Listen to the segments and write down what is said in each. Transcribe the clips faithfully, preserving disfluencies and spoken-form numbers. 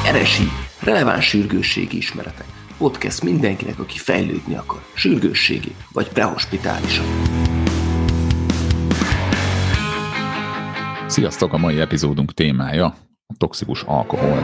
er es i, releváns sürgősségi ismeretek. Podcast mindenkinek, aki fejlődni akar, sürgősségi vagy prehospitálisan. Sziasztok! A mai epizódunk témája a toxikus alkohol.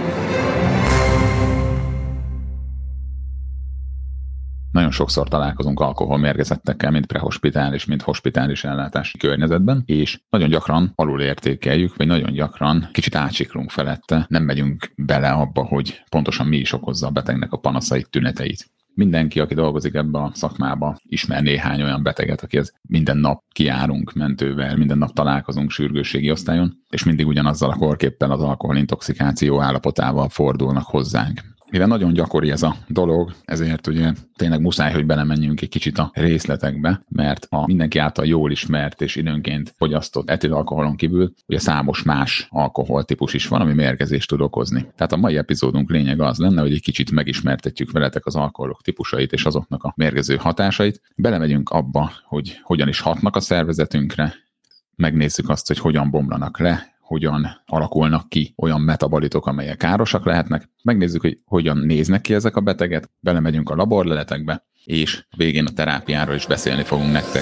Nagyon sokszor találkozunk alkoholmérgezettekkel, mint prehospitális, mint hospitális ellátási környezetben, és nagyon gyakran alulértékeljük, vagy nagyon gyakran kicsit átsiklunk felette, nem megyünk bele abba, hogy pontosan mi is okozza a betegnek a panaszait, tüneteit. Mindenki, aki dolgozik ebbe a szakmába, ismer néhány olyan beteget, akihez minden nap kijárunk mentővel, minden nap találkozunk sürgősségi osztályon, és mindig ugyanazzal a kórképpel, az alkoholintoxikáció állapotával fordulnak hozzánk. Mivel nagyon gyakori ez a dolog, ezért ugye tényleg muszáj, hogy belemenjünk egy kicsit a részletekbe, mert a mindenki által jól ismert és időnként fogyasztott etilalkoholon kívül ugye számos más alkoholtípus is van, ami mérgezést tud okozni. Tehát a mai epizódunk lényege az lenne, hogy egy kicsit megismertetjük veletek az alkoholok típusait és azoknak a mérgező hatásait. Belemegyünk abba, hogy hogyan is hatnak a szervezetünkre, megnézzük azt, hogy hogyan bomlanak le, hogyan alakulnak ki olyan metabolitok, amelyek károsak lehetnek. Megnézzük, hogy hogyan néznek ki ezek a betegek, belemegyünk a laborleletekbe, és végén a terápiáról is beszélni fogunk nektek.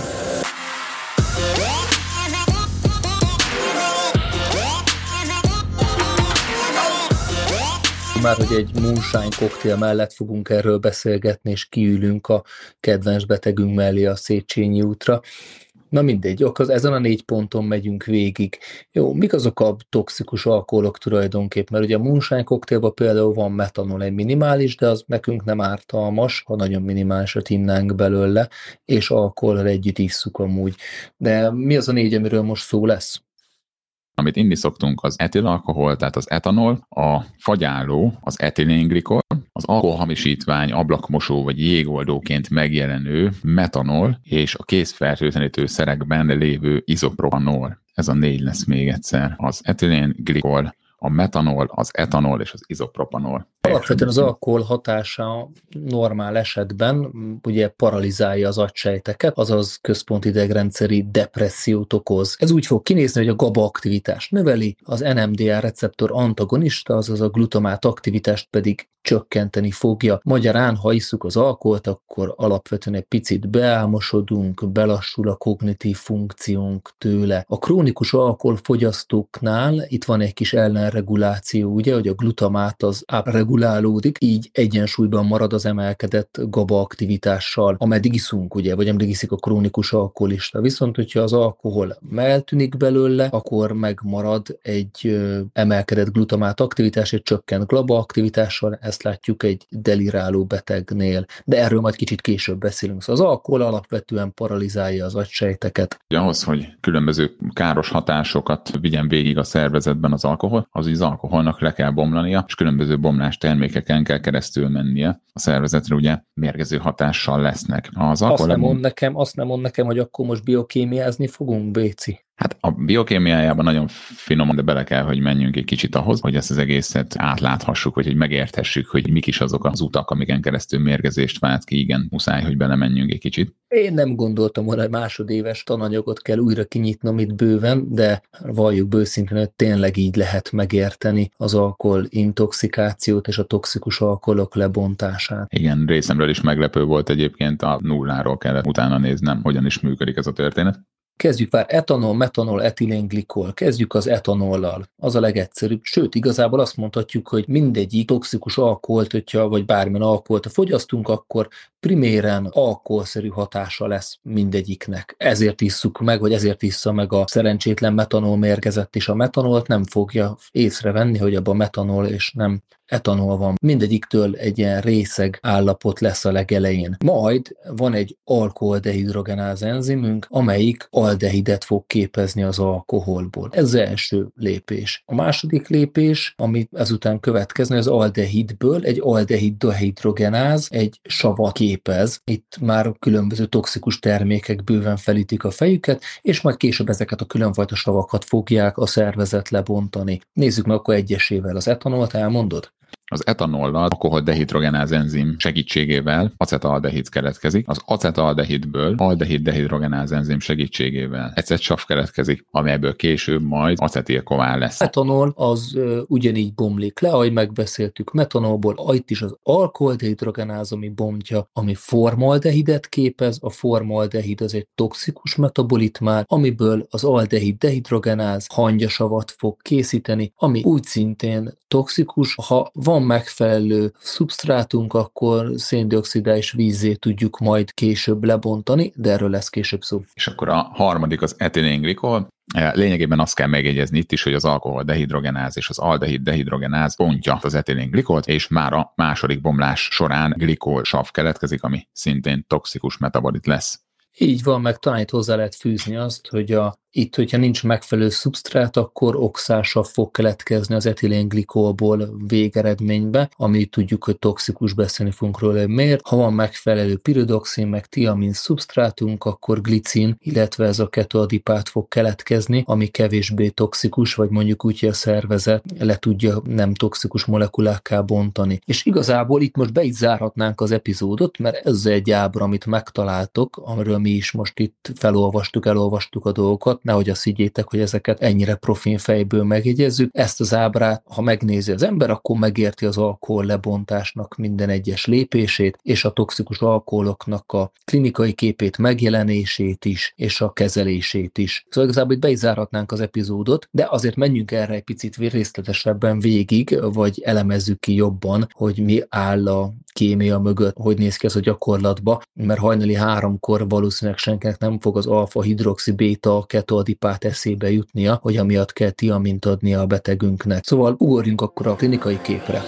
Már hogy egy moonshine koktél mellett fogunk erről beszélgetni, és kiülünk a kedvenc betegünk mellé a Széchenyi útra. Na mindegy, akkor ezen a négy ponton megyünk végig. Jó, mik azok a toxikus alkoholok tulajdonképp? Mert ugye a moonshine koktélban például van metanol, egy minimális, de az nekünk nem ártalmas, ha nagyon minimálisat innánk belőle, és alkohollal együtt isszuk amúgy. De mi az a négy, amiről most szó lesz? Amit inni szoktunk, az etilalkohol, tehát az etanol, a fagyálló, az etilenglikol, az alkoholhamisítvány, ablakmosó vagy jégoldóként megjelenő metanol, és a kézfertőtlenítő szerekben lévő izopropanol. Ez a négy lesz még egyszer. Az etilenglikol, a metanol, az etanol és az izopropanol. Alapvetően az alkohol hatása normál esetben ugye paralizálja az agysejteket, azaz központi idegrendszeri depressziót okoz. Ez úgy fog kinézni, hogy a GABA aktivitást növeli, az en em dé á receptor antagonista, azaz a glutamát aktivitást pedig csökkenteni fogja. Magyarán, ha isszuk az alkoholt, akkor alapvetően egy picit beálmosodunk, belassul a kognitív funkciónk tőle. A krónikus alkoholfogyasztóknál itt van egy kis ellenreguláció, ugye, hogy a glutamát az ápregulálódik, így egyensúlyban marad az emelkedett GABA aktivitással, ameddig iszunk, ugye, vagy ameddig iszik a krónikus alkoholista. Viszont, hogyha az alkohol eltűnik belőle, akkor megmarad egy ö, emelkedett glutamát aktivitás, egy csökkent GABA aktivitással. Ezt látjuk egy deliráló betegnél, de erről majd kicsit később beszélünk. Szóval az alkohol alapvetően paralizálja az agysejteket. Ahhoz, hogy különböző káros hatásokat vigyen végig a szervezetben az alkohol, az az alkoholnak le kell bomlania, és különböző bomlás termékeken kell keresztül mennie. A szervezetre ugye mérgező hatással lesznek. Az azt, nem mond nekem, azt nem mond nekem, hogy akkor most biokémiázni fogunk, Béci. Hát a biokémiájában nagyon finoman, de bele kell, hogy menjünk egy kicsit ahhoz, hogy ezt az egészet átláthassuk, vagy hogy megérthessük, hogy mik is azok az utak, amiken keresztül mérgezést vált ki. Igen, muszáj, hogy belemenjünk egy kicsit. Én nem gondoltam, hogy másodéves tananyagot kell újra kinyitnom itt bőven, de valljuk bőszintén, hogy tényleg így lehet megérteni az alkohol intoxikációt és a toxikus alkoholok lebontását. Igen, részemről is meglepő volt egyébként, a nulláról kellett utána néznem, hogyan is működik ez a történet. Kezdjük már etanol, metanol, etilenglikol. Kezdjük az etanollal. Az a legegyszerűbb. Sőt, igazából azt mondhatjuk, hogy mindegyik toxikus alkoholt, hogyha, vagy bármilyen alkoholt fogyasztunk, akkor priméren alkoholszerű hatása lesz mindegyiknek. Ezért isszuk meg, vagy ezért issza meg a szerencsétlen metanol mérgezett is a metanolt, nem fogja észrevenni, hogy abban metanol és nem etanol van. Mindegyiktől egy ilyen részeg állapot lesz a legelején. Majd van egy alkoholdehidrogenáz enzimünk, amelyik aldehidet fog képezni az alkoholból. Ez az első lépés. A második lépés, ami ezután következne, az aldehidből egy aldehid-dehidrogenáz egy savat képez. Itt már különböző toxikus termékek bőven felütik a fejüket, és majd később ezeket a különfajta savakat fogják a szervezet lebontani. Nézzük meg akkor egyesével az etanolt, elmondod? Az etanollal alkohol-dehidrogenáz enzim segítségével acetaldehid keletkezik, az acetaldehidből aldehid-dehidrogenáz enzim segítségével ecetsav keletkezik, amelyből később majd acetilkován lesz. Metanol az ö, ugyanígy bomlik le, ahogy megbeszéltük, metanolból itt is az alkohol-dehidrogenáz, ami bontja, ami formaldehidet képez, a formaldehid az egy toxikus metabolitmár, amiből az aldehid-dehidrogenáz hangyasavat fog készíteni, ami úgy szintén toxikus. Ha van megfelelő szubsztrátunk, akkor széndioxidá és vízzé tudjuk majd később lebontani, de erről lesz később szó. És akkor a harmadik az etilenglikol. Lényegében azt kell megjegyezni itt is, hogy az alkohol-dehidrogenáz és az aldehid-dehidrogenáz bontja az etilenglikót, és már a második bomlás során glikolsav keletkezik, ami szintén toxikus metabolit lesz. Így van, meg talán itt hozzá lehet fűzni azt, hogy a Itt, hogyha nincs megfelelő szubsztrát, akkor oxálsav fog keletkezni az etilenglikólból végeredménybe, ami tudjuk, hogy toxikus, beszélni fogunk róla, miért. Ha van megfelelő piridoxin, meg tiamin szubsztrátunk, akkor glicin, illetve ez a ketoadipát fog keletkezni, ami kevésbé toxikus, vagy mondjuk úgy, hogy a szervezet le tudja nem toxikus molekulákká bontani. És igazából itt most be is zárhatnánk az epizódot, mert ez egy ábra, amit megtaláltok, amiről mi is most itt felolvastuk, elolvastuk a dolgokat, nehogy azt higgyétek, hogy ezeket ennyire profin fejből megjegyezzük. Ezt az ábrát, ha megnézi az ember, akkor megérti az alkohol lebontásnak minden egyes lépését, és a toxikus alkoholoknak a klinikai képét, megjelenését is, és a kezelését is. Szóval igazából itt be is zárhatnánk az epizódot, de azért menjünk erre egy picit részletesebben végig, vagy elemezzük ki jobban, hogy mi áll a kémia mögött, hogy néz ki ez a gyakorlatba, mert hajnali háromkor valószínűleg senkinek nem fog az alfa-hidroxi-béta ketoadipát eszébe jutnia, hogy amiatt kell tiamint adnia a betegünknek. Szóval ugorjunk akkor a klinikai képre.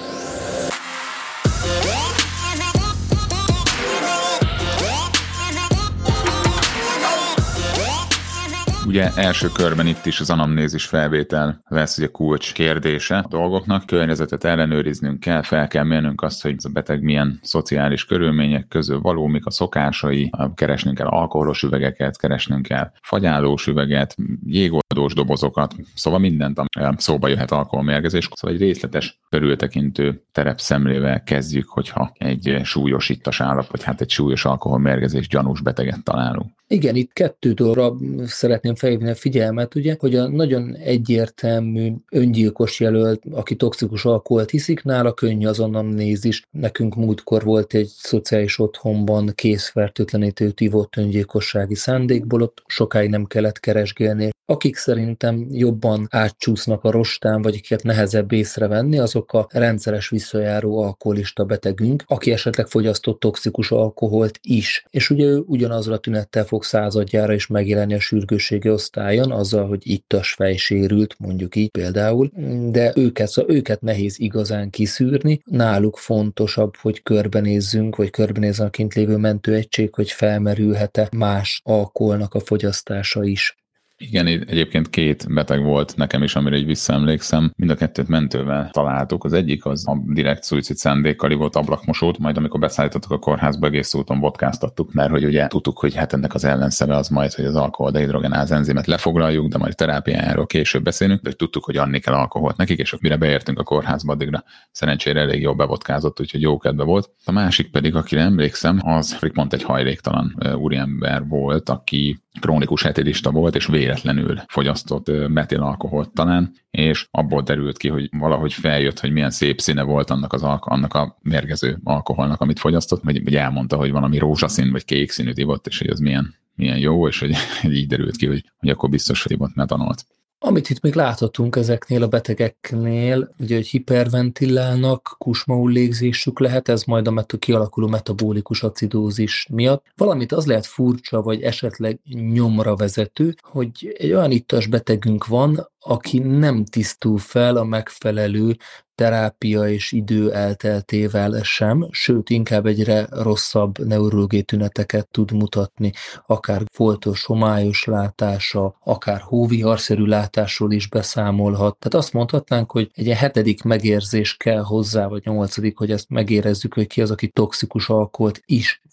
Ugye első körben itt is az anamnézis felvétel lesz ugye kulcs kérdése a dolgoknak, környezetet ellenőriznünk kell, fel kell mérnünk azt, hogy a beteg milyen szociális körülmények közül való, mik a szokásai, keresnünk kell alkoholos üvegeket, keresnünk kell fagyálós üveget, jégoldós dobozokat, szóval mindent, ami szóba jöhet alkoholmérgezés. Szóval egy részletes körültekintő terepszemlével kezdjük, hogyha egy súlyos ittas állapot, vagy hát egy súlyos alkoholmérgezés gyanús beteget találunk. Igen, itt kettő dologra szeretném felhívni a figyelmet, ugye, hogy a nagyon egyértelmű öngyilkos jelölt, aki toxikus alkoholt hiszik, nála könnyű az anamnézis. Nekünk múltkor volt egy szociális otthonban készfertőtlenítőt ivott öngyilkossági szándékból, ott sokáig nem kellett keresgélni. Akik szerintem jobban átcsúsznak a rostán, vagy akiket nehezebb észrevenni, azok a rendszeres visszajáró alkoholista betegünk, aki esetleg fogyasztott toxikus alkoholt is. És ugye ő ugyanazzal a tünettel fog századjára is megjelenni a sürgősségi osztályon, azzal, hogy ittas fejsérült, mondjuk így például, de őket, szóval őket nehéz igazán kiszűrni. Náluk fontosabb, hogy körbenézzünk, vagy körbenézzen a kint lévő mentőegység, hogy felmerülhet-e más alkoholnak a fogyasztása is. Igen, egyébként két beteg volt nekem is, amire így visszaemlékszem. Mind a kettőt mentővel találtuk. Az egyik az a direkt szuicid szándékkal ivott ablakmosót, majd amikor beszállítottuk a kórházba, egész úton vodkáztattuk, mert hogy ugye tudtuk, hogy hát ennek az ellenszere az majd, hogy az alkohol-dehidrogenáz enzimet lefoglaljuk, de majd terápiájáról később beszélünk, de tudtuk, hogy adni kell alkoholt nekik, és mire beértünk a kórházba, addigra szerencsére elég jól bevodkázott, úgyhogy jó kedve volt. A másik pedig, akire emlékszem, az pont egy hajléktalan úriember volt, aki krónikus etilista volt, és véletlenül fogyasztott metilalkoholt talán, és abból derült ki, hogy valahogy feljött, hogy milyen szép színe volt annak, az alko- annak a mérgező alkoholnak, amit fogyasztott, vagy, vagy elmondta, hogy valami rózsaszín vagy kék színűt ivott, és hogy az milyen, milyen jó, és hogy így derült ki, hogy, hogy akkor biztos, hogy ivott metanolt. Amit itt még láthatunk ezeknél a betegeknél, ugye, hogy hiperventilálnak, kusmaul légzésük lehet, ez majd a meta- kialakuló metabolikus acidózis miatt. Valamit az lehet furcsa, vagy esetleg nyomra vezető, hogy egy olyan ittas betegünk van, aki nem tisztul fel a megfelelő terápia és idő elteltével sem, sőt, inkább egyre rosszabb neurológiai tüneteket tud mutatni, akár foltos, homályos látása, akár hóviharszerű látásról is beszámolhat. Tehát azt mondhatnánk, hogy egy hetedik megérzés kell hozzá, vagy nyolcadik, hogy ezt megérezzük, hogy ki az, aki toxikus alkoholt is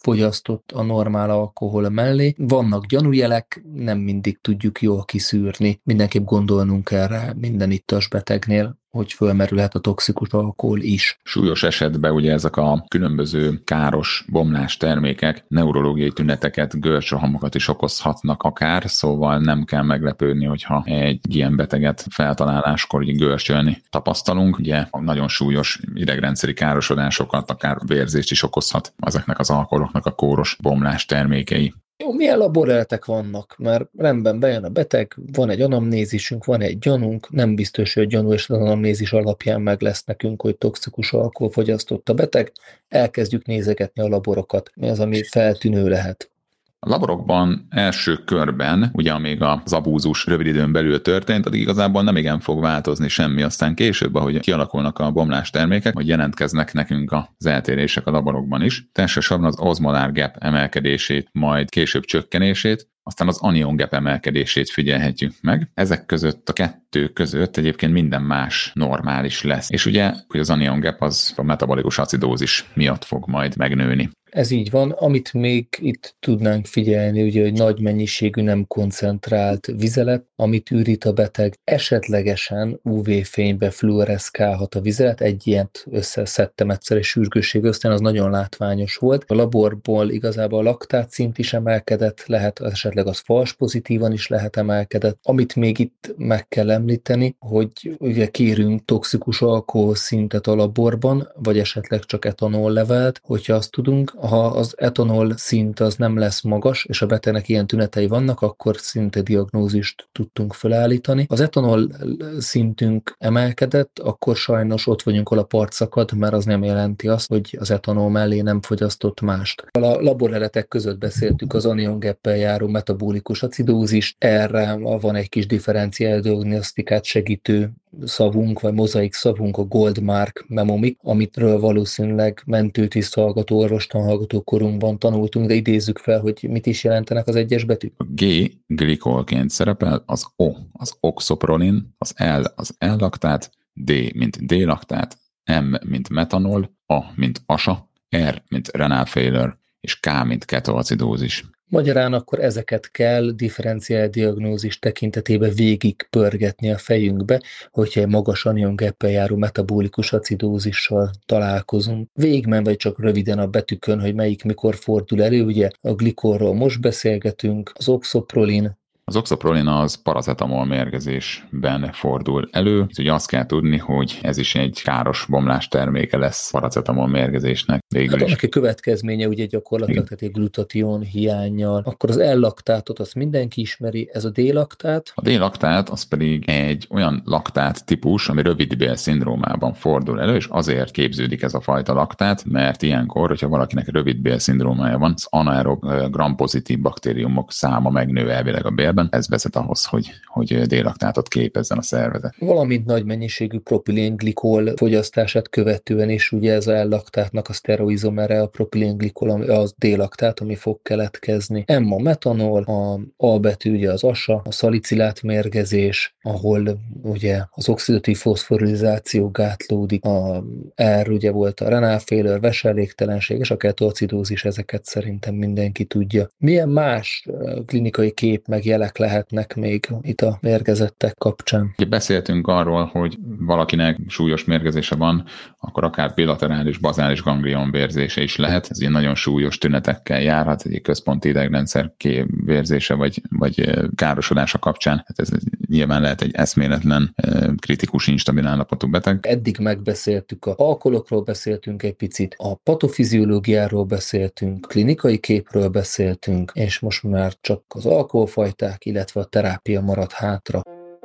fogyasztott a normál alkohol mellé. Vannak gyanújelek, nem mindig tudjuk jól kiszűrni. Mindenképp gondolnunk kell rá minden ittas betegnél, hogy fölmerülhet a toxikus alkohol is. Súlyos esetben ugye ezek a különböző káros bomlás termékek neurológiai tüneteket, görcsrohamokat is okozhatnak akár, szóval nem kell meglepődni, hogyha egy ilyen beteget feltaláláskor így görcsölni tapasztalunk. Ugye nagyon súlyos idegrendszeri károsodásokat, akár vérzést is okozhat ezeknek az alkoholoknak a kóros bomlás termékei. Jó, milyen laboreletek vannak? Mert rendben bejön a beteg, van egy anamnézisünk, van egy gyanunk, nem biztos, hogy a gyanú és az anamnézis alapján meg lesz nekünk, hogy toxikus alkohol fogyasztott a beteg. Elkezdjük nézegetni a laborokat. Mi az, ami feltűnő lehet? A laborokban első körben, ugye amíg az abúzus rövid időn belül történt, addig igazából nem igen fog változni semmi, aztán később, ahogy kialakulnak a bomlás termékek, hogy jelentkeznek nekünk az eltérések a laborokban is. Elsősorban az osmolar gap emelkedését, majd később csökkenését, aztán az anion gap emelkedését figyelhetjük meg. Ezek között, a kettő között egyébként minden más normális lesz. És ugye, hogy az anion gap az a metabolikus acidózis miatt fog majd megnőni. Ez így van. Amit még itt tudnánk figyelni, ugye, hogy nagy mennyiségű nem koncentrált vizelet, amit ürít a beteg, esetlegesen ú vé-fénybe fluoreszkálhat a vizelet. Egy ilyet összeszedtem egyszer egy sürgősség ösztön, az nagyon látványos volt. A laborból igazából a laktátszint is emelkedett, lehet, esetleg az fals pozitívan is lehet emelkedett. Amit még itt meg kell említeni, hogy ugye kérünk toxikus alkoholszintet a laborban, vagy esetleg csak etanol levelt, hogyha azt tudunk. Ha az etanol szint az nem lesz magas, és a betegnek ilyen tünetei vannak, akkor szinte diagnózist tudtunk felállítani. Az etanol szintünk emelkedett, akkor sajnos ott vagyunk, ahol a part szakad, mert az nem jelenti azt, hogy az etanol mellé nem fogyasztott mást. A laboreletek között beszéltük az anion gappel járó metabolikus acidózis, erre van egy kis differenciál diagnosztikát segítő szavunk, vagy mozaik szavunk, a Goldmark Memomic, amitről valószínűleg mentőtiszt hallgató, orvostanhallgató korunkban tanultunk, de idézzük fel, hogy mit is jelentenek az egyes betűk. A G glikolként szerepel, az O az oxoprolin, az L az L-laktát, D mint D-laktát, M mint metanol, A mint asa, R mint renal failure, és K mint ketoacidózis. Magyarán akkor ezeket kell differenciál diagnózis tekintetében végig pörgetni a fejünkbe, hogyha egy magas anion gappel járó metabolikus acidózissal találkozunk. Végigmen vagy csak röviden a betűkön, hogy melyik mikor fordul elő, ugye a glikorról most beszélgetünk, az oxoprolin. Az oxoprolin az paracetamol mérgezésben fordul elő. Itt ugye azt kell tudni, hogy ez is egy káros bomlás terméke lesz paracetamol mérgezésnek. Végül hát is. annak a következménye ugye gyakorlatilag tehát egy glutatión hiánnyal. Akkor az L-laktátot azt mindenki ismeri, ez a D-laktát. A D-laktát az pedig egy olyan laktát típus, ami rövidbél szindrómában fordul elő, és azért képződik ez a fajta laktát, mert ilyenkor, hogyha valakinek rövidbél szindrómája van, az anaerob gram-pozitív baktériumok száma megnő elvileg a bélben. Ez vezet ahhoz, hogy, hogy D-laktátot képezzen a szervezet. Valamint nagy mennyiségű propilén-glikol fogyasztását követően is ugye ez a L-laktátnak a szteroizomere, a propilén-glikol, az D-laktát, ami fog keletkezni. M a metanol, a A betű ugye az asa, a szalicilát mérgezés, ahol ugye az oxidatív foszforizáció gátlódik, a R ugye volt a renal failure, veselégtelenség, és a ketoacidózis, ezeket szerintem mindenki tudja. Milyen más klinikai kép meg jelek lehetnek még itt a mérgezettek kapcsán? Ugye beszéltünk arról, hogy valakinek súlyos mérgezése van, akkor akár bilaterális bazális ganglion vérzése is lehet. Ez ilyen nagyon súlyos tünetekkel járhat, egy központi idegrendszer vérzése vagy, vagy károsodása kapcsán. Hát ez nyilván lehet egy eszméletlen, kritikus, instabil állapotú beteg. Eddig megbeszéltük, a alkoholokról beszéltünk egy picit, a patofiziológiáról beszéltünk, klinikai képről beszéltünk, és most már csak az alkoholfajták, illetve a terápia marad hátra.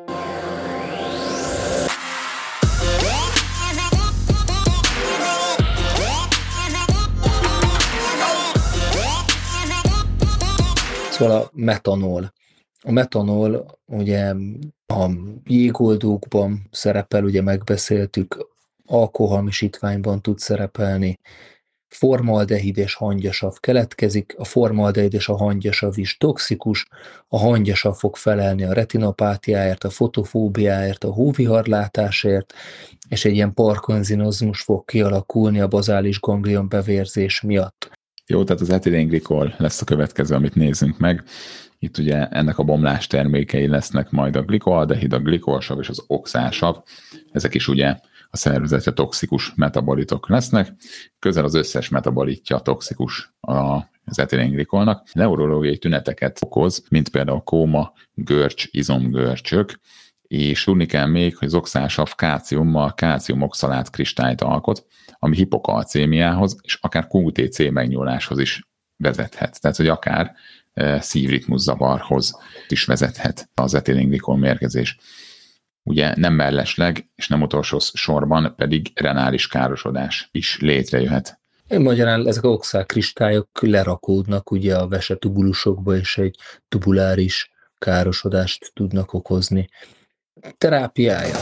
Szóval a metanol. A metanol ugye a jégoldókban szerepel, ugye megbeszéltük, alkoholhamisítványban tud szerepelni, formaldehid és hangyasav keletkezik, a formaldehid és a hangyasav is toxikus, a hangyasav fog felelni a retinopátiáért, a fotofóbiáért, a hóviharlátásért, és egy ilyen parkinszonizmus fog kialakulni a bazális ganglion bevérzés miatt. Jó, tehát az etilenglikol lesz a következő, amit nézzünk meg. Itt ugye ennek a bomlás termékei lesznek majd a glikolaldehid, a glikolsav és az oxálsav. Ezek is ugye a szervezetre toxikus metabolitok lesznek. Közel az összes metabolitja toxikus az etilengglikolnak. Neurológiai tüneteket okoz, mint például kóma, görcs, izomgörcsök, és tudni kell még, hogy az oxálsav kálciummal kálciumoxalát kristályt alkot, ami hipokalcémiához és akár kú té cé megnyúláshoz is vezethet. Tehát, hogy akár e, szívritmus zavarhoz is vezethet az etilenglikol mérgezés. Ugye nem mellesleg, és nem utolsó sorban pedig renális károsodás is létrejöhet. Magyarán ezek a oxálkristályok lerakódnak ugye a vesetubulusokba, és egy tubuláris károsodást tudnak okozni. Terápiája.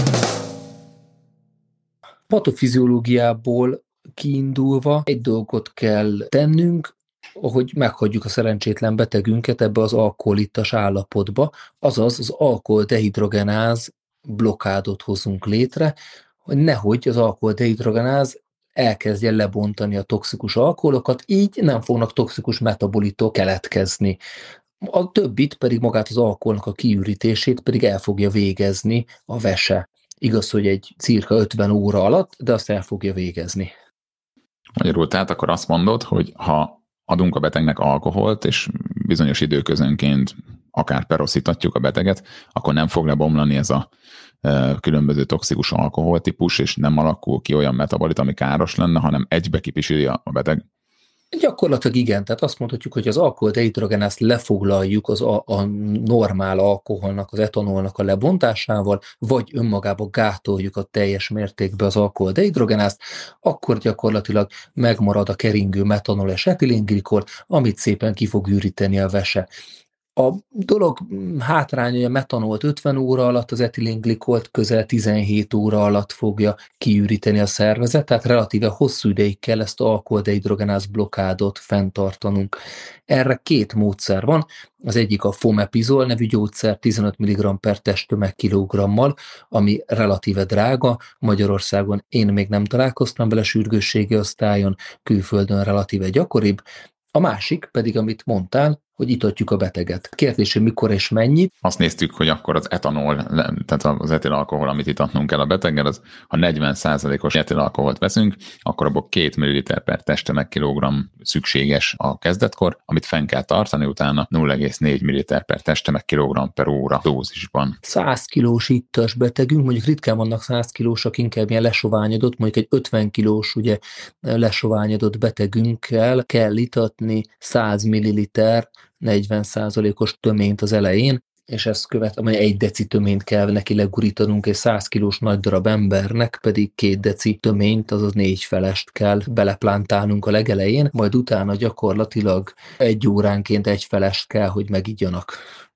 Patofiziológiából kiindulva egy dolgot kell tennünk, hogy meghagyjuk a szerencsétlen betegünket ebbe az alkoholittas állapotba, azaz az alkoholdehidrogenáz blokkádot hozunk létre, hogy nehogy az alkoholdehidrogenáz elkezdje lebontani a toxikus alkoholokat, így nem fognak toxikus metabolitok keletkezni. A többit pedig magát az alkoholnak a kiürítését pedig el fogja végezni a vese. Igaz, hogy egy cirka ötven óra alatt, de azt el fogja végezni. Magyarul tehát akkor azt mondod, hogy ha adunk a betegnek alkoholt, és bizonyos időközönként akár peroszítatjuk a beteget, akkor nem fog lebomlani ez a e, különböző toxikus alkoholtípus, és nem alakul ki olyan metabolit, ami káros lenne, hanem egybe kipisíli a beteg. Gyakorlatilag igen, tehát azt mondhatjuk, hogy az alkoholdehidrogenázt lefoglaljuk az a, a normál alkoholnak, az etanolnak a lebontásával, vagy önmagába gátoljuk a teljes mértékben az alkoholdehidrogenázt, akkor gyakorlatilag megmarad a keringő metanol és etilenglikol, amit szépen ki fog üríteni a vese. A dolog hátránya, hogy a metanolt ötven óra alatt, az etilengglikolt közel tizenhét óra alatt fogja kiüríteni a szervezet, tehát relatíve hosszú ideig kell ezt az alkoholdehidrogenáz blokkádot fenntartanunk. Erre két módszer van, az egyik a fomepizol nevű gyógyszer tizenöt milligramm per testtömeg kilogrammal, ami relatíve drága, Magyarországon én még nem találkoztam vele sürgősségi osztályon, külföldön relatíve gyakoribb. A másik pedig, amit mondtál, hogy itatjuk a beteget. Kérdés, hogy mikor és mennyi. Azt néztük, hogy akkor az etanol, tehát az etilalkohol, amit itatnunk kell a beteggel, az, ha negyven százalékos etilalkoholt veszünk, akkor abból két milliliter per testtömeg kilogramm szükséges a kezdetkor, amit fenn kell tartani, utána nulla egész négy milliliter per testtömeg kilogramm per óra dózisban. száz kilós ittas betegünk, mondjuk ritkán vannak száz kilósak, inkább ilyen lesoványodott, mondjuk egy ötven kilós ugye lesoványodott betegünkkel kell itatni száz milliliter negyven százalékos töményt az elején, és ezt követ, amely egy deci töményt kell neki legurítanunk, és száz kilós nagy darab embernek pedig két deci töményt, azaz négy felest kell beleplántálnunk a legelején, majd utána gyakorlatilag egy óránként egy felest kell, hogy megigyanak.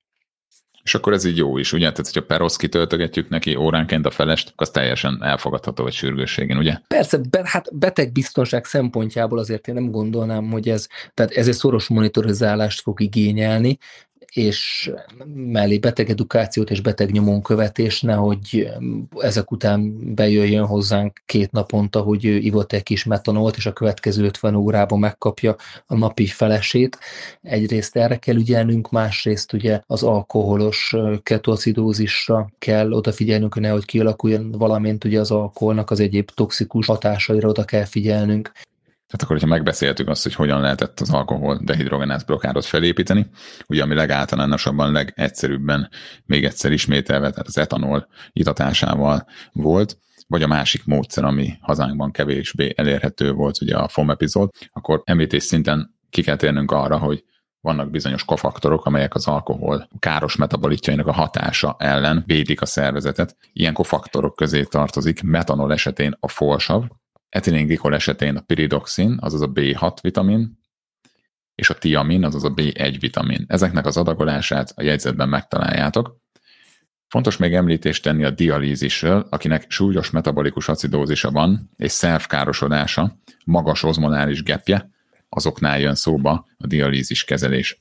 És akkor ez így jó is, ugye? Tehát, hogyha perosz kitöltögetjük neki óránként a felest, az teljesen elfogadható egy sürgősségén, ugye? Persze, be, hát betegbiztonság szempontjából azért én nem gondolnám, hogy ez, tehát ez egy szoros monitorizálást fog igényelni, és mellé betegedukációt és betegnyomonkövetés, nehogy ezek után bejöjjön hozzánk két naponta, hogy ő ivott egy kis metanolt, és a következő ötven órában megkapja a napi felesét. Egyrészt erre kell ügyelnünk, másrészt ugye az alkoholos ketoacidózisra kell odafigyelnünk, hogy nehogy kialakuljon, valamint ugye az alkoholnak az egyéb toxikus hatásaira oda kell figyelnünk. Tehát akkor, hogyha megbeszéltük azt, hogy hogyan lehetett az alkohol dehidrogenáz blokkádot felépíteni, ugye ami legáltalánosabban, legegyszerűbben, még egyszer ismételve, tehát az etanol itatásával volt, vagy a másik módszer, ami hazánkban kevésbé elérhető volt, ugye a fomepizol, akkor említés szinten ki kell térnünk arra, hogy vannak bizonyos kofaktorok, amelyek az alkohol káros metabolitjainak a hatása ellen védik a szervezetet. Ilyen kofaktorok közé tartozik metanol esetén a folsav, etilenglikol esetén a piridoxin, azaz a bé hat vitamin, és a tiamin, azaz a bé egy vitamin. Ezeknek az adagolását a jegyzetben megtaláljátok. Fontos még említést tenni a dialízisről, akinek súlyos metabolikus acidózisa van, és szervkárosodása, magas ozmonális gepje, azoknál jön szóba a dialízis kezelés.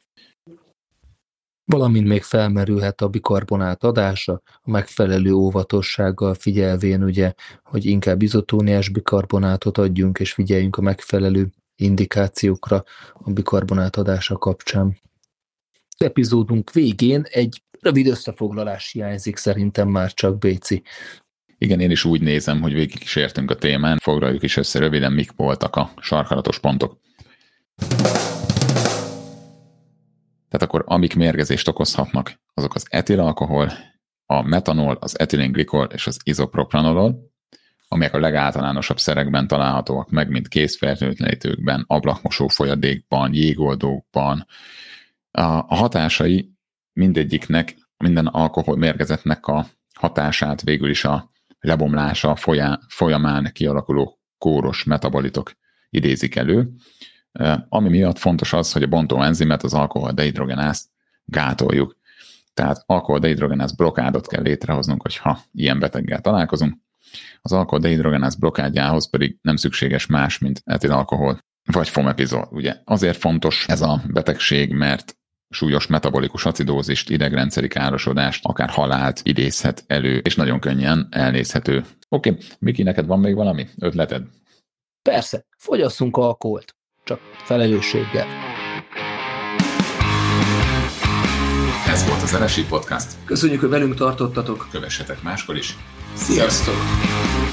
Valamint még felmerülhet a bikarbonát adása, a megfelelő óvatossággal figyelvén ugye, hogy inkább izotóniás bikarbonátot adjunk, és figyeljünk a megfelelő indikációkra a bikarbonát adása kapcsán. Az epizódunk végén egy rövid összefoglalás hiányzik szerintem már csak, Béci. Igen, én is úgy nézem, hogy végig is értünk a témán, foglaljuk is össze röviden, mik voltak a sarkalatos pontok. Tehát akkor amik mérgezést okozhatnak, azok az etilalkohol, a metanol, az etilenglikol és az izopropranolol, amelyek a legáltalánosabb szerekben találhatóak meg, mint kézfertőtlenítőkben, ablakmosó folyadékban, jégoldókban. A hatásai mindegyiknek, minden alkohol mérgezetnek a hatását végül is a lebomlása folyamán kialakuló kóros metabolitok idézik elő, ami miatt fontos az, hogy a bontóenzimet, az alkoholdehidrogenázt gátoljuk. Tehát alkoholdehidrogenáz blokkádot kell létrehoznunk, hogyha ilyen beteggel találkozunk. Az alkoholdehidrogenáz blokkádjához pedig nem szükséges más, mint etilalkohol vagy fomepizol. Ugye azért fontos ez a betegség, mert súlyos metabolikus acidózist, idegrendszeri károsodást, akár halált idézhet elő, és nagyon könnyen elnézhető. Oké, okay. Miki, neked van még valami ötleted? Persze, fogyasszunk alkoholt, csak felelősséggel. Ez volt az er es i Podcast. Köszönjük, hogy velünk tartottatok. Kövessetek máskor is. Sziasztok!